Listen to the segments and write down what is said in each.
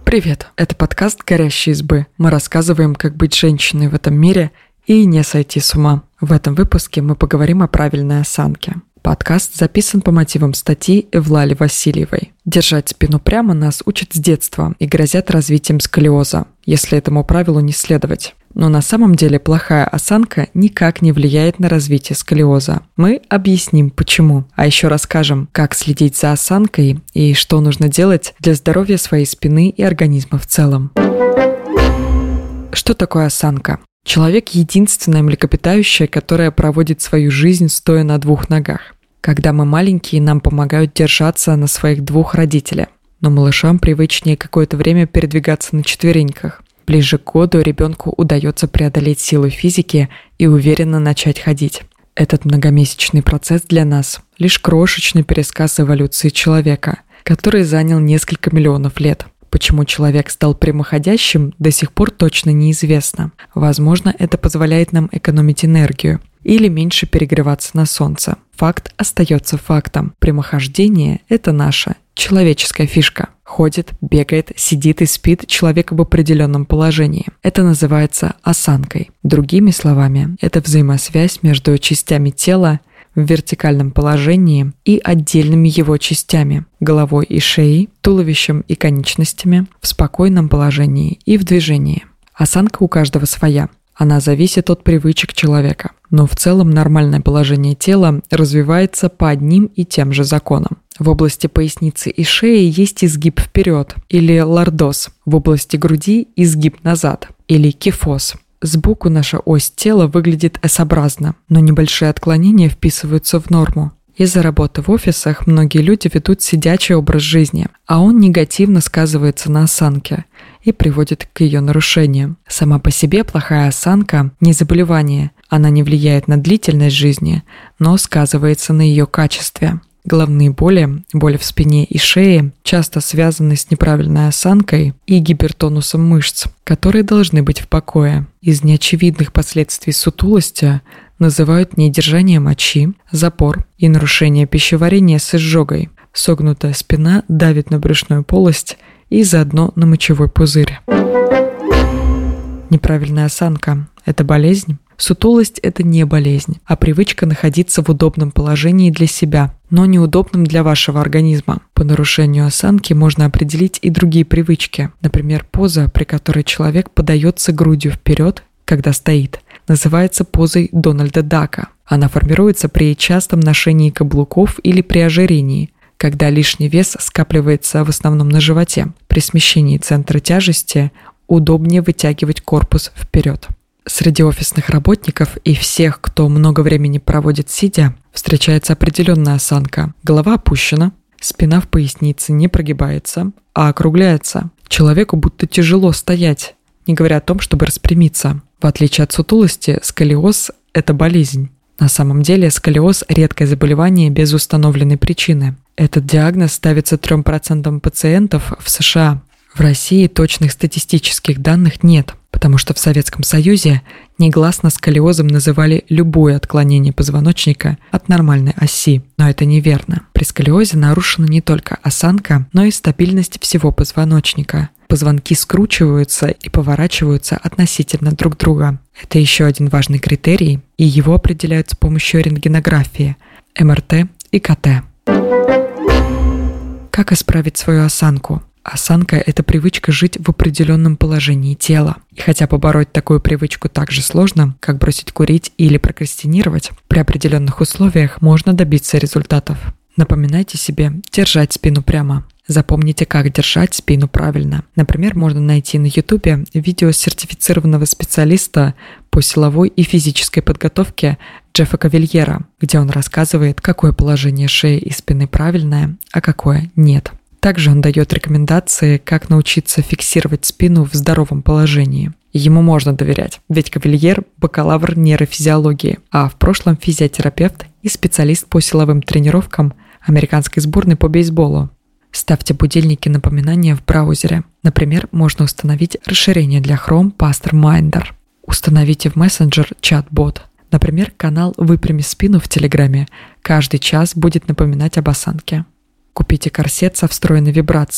Привет, это подкаст «Горящие избы». Мы рассказываем, как быть женщиной в этом мире и не сойти с ума. В этом выпуске мы поговорим о правильной осанке. Подкаст записан по мотивам статьи Эвлали Васильевой. Держать спину прямо нас учат с детства и грозят развитием сколиоза, если этому правилу не следовать. Но на самом деле плохая осанка никак не влияет на развитие сколиоза. Мы объясним, почему, а еще расскажем, как следить за осанкой и что нужно делать для здоровья своей спины и организма в целом. Что такое осанка? Человек – единственное млекопитающее, которое проводит свою жизнь стоя на двух ногах. Когда мы маленькие, нам помогают держаться на своих двух родителях, но малышам привычнее какое-то время передвигаться на четвереньках. Ближе к году ребенку удается преодолеть силу физики и уверенно начать ходить. Этот многомесячный процесс для нас – лишь крошечный пересказ эволюции человека, который занял несколько миллионов лет. Почему человек стал прямоходящим, до сих пор точно неизвестно. Возможно, это позволяет нам экономить энергию или меньше перегреваться на солнце. Факт остается фактом. Прямохождение – это наша человеческая фишка. Ходит, бегает, сидит и спит человек в определенном положении. Это называется осанкой. Другими словами, это взаимосвязь между частями тела в вертикальном положении и отдельными его частями – головой и шеей, туловищем и конечностями, в спокойном положении и в движении. Осанка у каждого своя. Она зависит от привычек человека. Но в целом нормальное положение тела развивается по одним и тем же законам. В области поясницы и шеи есть изгиб вперед или лордоз, в области груди изгиб назад или кифоз. Сбоку наша ось тела выглядит S-образно, но небольшие отклонения вписываются в норму. Из-за работы в офисах многие люди ведут сидячий образ жизни, а он негативно сказывается на осанке и приводит к ее нарушениям. Сама по себе плохая осанка – не заболевание, она не влияет на длительность жизни, но сказывается на ее качестве. Головные боли, боли в спине и шее часто связаны с неправильной осанкой и гипертонусом мышц, которые должны быть в покое. Из неочевидных последствий сутулости называют недержание мочи, запор и нарушение пищеварения с изжогой. Согнутая спина давит на брюшную полость и заодно на мочевой пузырь. Неправильная осанка – это болезнь? Сутулость – это не болезнь, а привычка находиться в удобном положении для себя, но неудобном для вашего организма. По нарушению осанки можно определить и другие привычки. Например, поза, при которой человек подается грудью вперед, когда стоит, называется позой Дональда Дака. Она формируется при частом ношении каблуков или при ожирении, когда лишний вес скапливается в основном на животе. При смещении центра тяжести удобнее вытягивать корпус вперед. Среди офисных работников и всех, кто много времени проводит сидя, встречается определенная осанка. Голова опущена, спина в пояснице не прогибается, а округляется. Человеку будто тяжело стоять, не говоря о том, чтобы распрямиться. В отличие от сутулости, сколиоз – это болезнь. На самом деле сколиоз – редкое заболевание без установленной причины. Этот диагноз ставится 3% пациентов в США. В России точных статистических данных нет, потому что в Советском Союзе негласно сколиозом называли любое отклонение позвоночника от нормальной оси. Но это неверно. При сколиозе нарушена не только осанка, но и стабильность всего позвоночника. Позвонки скручиваются и поворачиваются относительно друг друга. Это еще один важный критерий, и его определяют с помощью рентгенографии, МРТ и КТ. Как исправить свою осанку? Осанка – это привычка жить в определенном положении тела. И хотя побороть такую привычку так же сложно, как бросить курить или прокрастинировать, при определенных условиях можно добиться результатов. Напоминайте себе держать спину прямо. Запомните, как держать спину правильно. Например, можно найти на YouTube видео сертифицированного специалиста по силовой и физической подготовке Джеффа Кавильера, где он рассказывает, какое положение шеи и спины правильное, а какое нет. Также он дает рекомендации, как научиться фиксировать спину в здоровом положении. Ему можно доверять, ведь Кавильер – бакалавр нейрофизиологии, а в прошлом физиотерапевт и специалист по силовым тренировкам американской сборной по бейсболу. Ставьте будильники-напоминания в браузере. Например, можно установить расширение для Chrome Pasterminder. Установите в мессенджер чат-бот. Например, канал «Выпрями спину» в Телеграме каждый час будет напоминать об осанке. Купите корсет со встроенной вибрацией.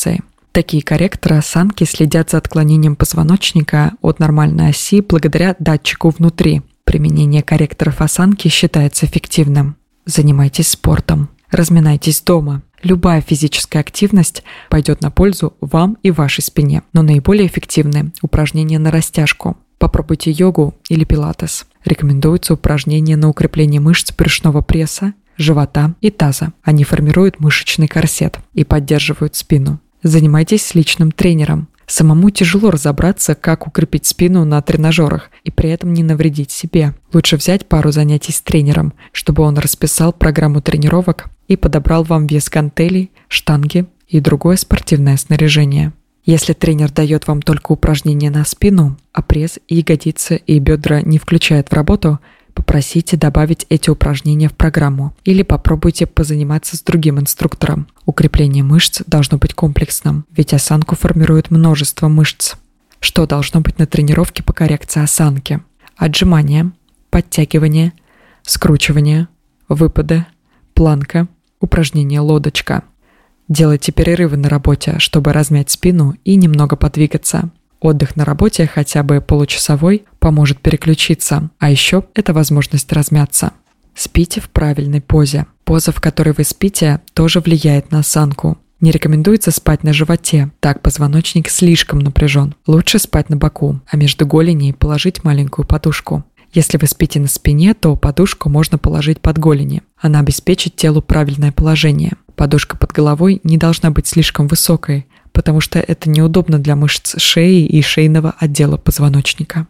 Такие корректоры осанки следят за отклонением позвоночника от нормальной оси благодаря датчику внутри. Применение корректоров осанки считается эффективным. Занимайтесь спортом. Разминайтесь дома. Любая физическая активность пойдет на пользу вам и вашей спине, но наиболее эффективны упражнения на растяжку. Попробуйте йогу или пилатес. Рекомендуются упражнения на укрепление мышц брюшного пресса, живота и таза. Они формируют мышечный корсет и поддерживают спину. Занимайтесь с личным тренером. Самому тяжело разобраться, как укрепить спину на тренажерах и при этом не навредить себе. Лучше взять пару занятий с тренером, чтобы он расписал программу тренировок и подобрал вам вес гантелей, штанги и другое спортивное снаряжение. Если тренер дает вам только упражнения на спину, а пресс, ягодицы и бедра не включает в работу, попросите добавить эти упражнения в программу или попробуйте позаниматься с другим инструктором. Укрепление мышц должно быть комплексным, ведь осанку формирует множество мышц. Что должно быть на тренировке по коррекции осанки? Отжимания, подтягивания, скручивания, выпады, планка, упражнение лодочка. Делайте перерывы на работе, чтобы размять спину и немного подвигаться. Отдых на работе, хотя бы получасовой, поможет переключиться, а еще это возможность размяться. Спите в правильной позе. Поза, в которой вы спите, тоже влияет на осанку. Не рекомендуется спать на животе, так позвоночник слишком напряжен. Лучше спать на боку, а между голеней положить маленькую подушку. Если вы спите на спине, то подушку можно положить под голени. Она обеспечит телу правильное положение. Подушка под головой не должна быть слишком высокой, потому что это неудобно для мышц шеи и шейного отдела позвоночника.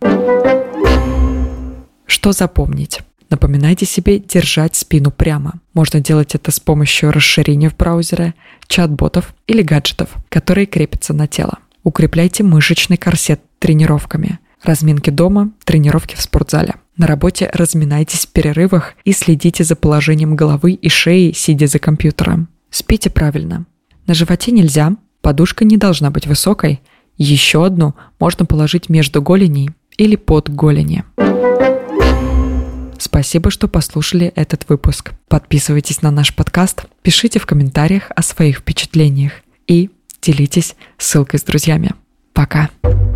Что запомнить? Напоминайте себе держать спину прямо. Можно делать это с помощью расширения в браузере, чат-ботов или гаджетов, которые крепятся на тело. Укрепляйте мышечный корсет тренировками. Разминки дома, тренировки в спортзале. На работе разминайтесь в перерывах и следите за положением головы и шеи, сидя за компьютером. Спите правильно. На животе нельзя, подушка не должна быть высокой. Еще одну можно положить между голеней или под голени. Спасибо, что послушали этот выпуск. Подписывайтесь на наш подкаст, пишите в комментариях о своих впечатлениях и делитесь ссылкой с друзьями. Пока!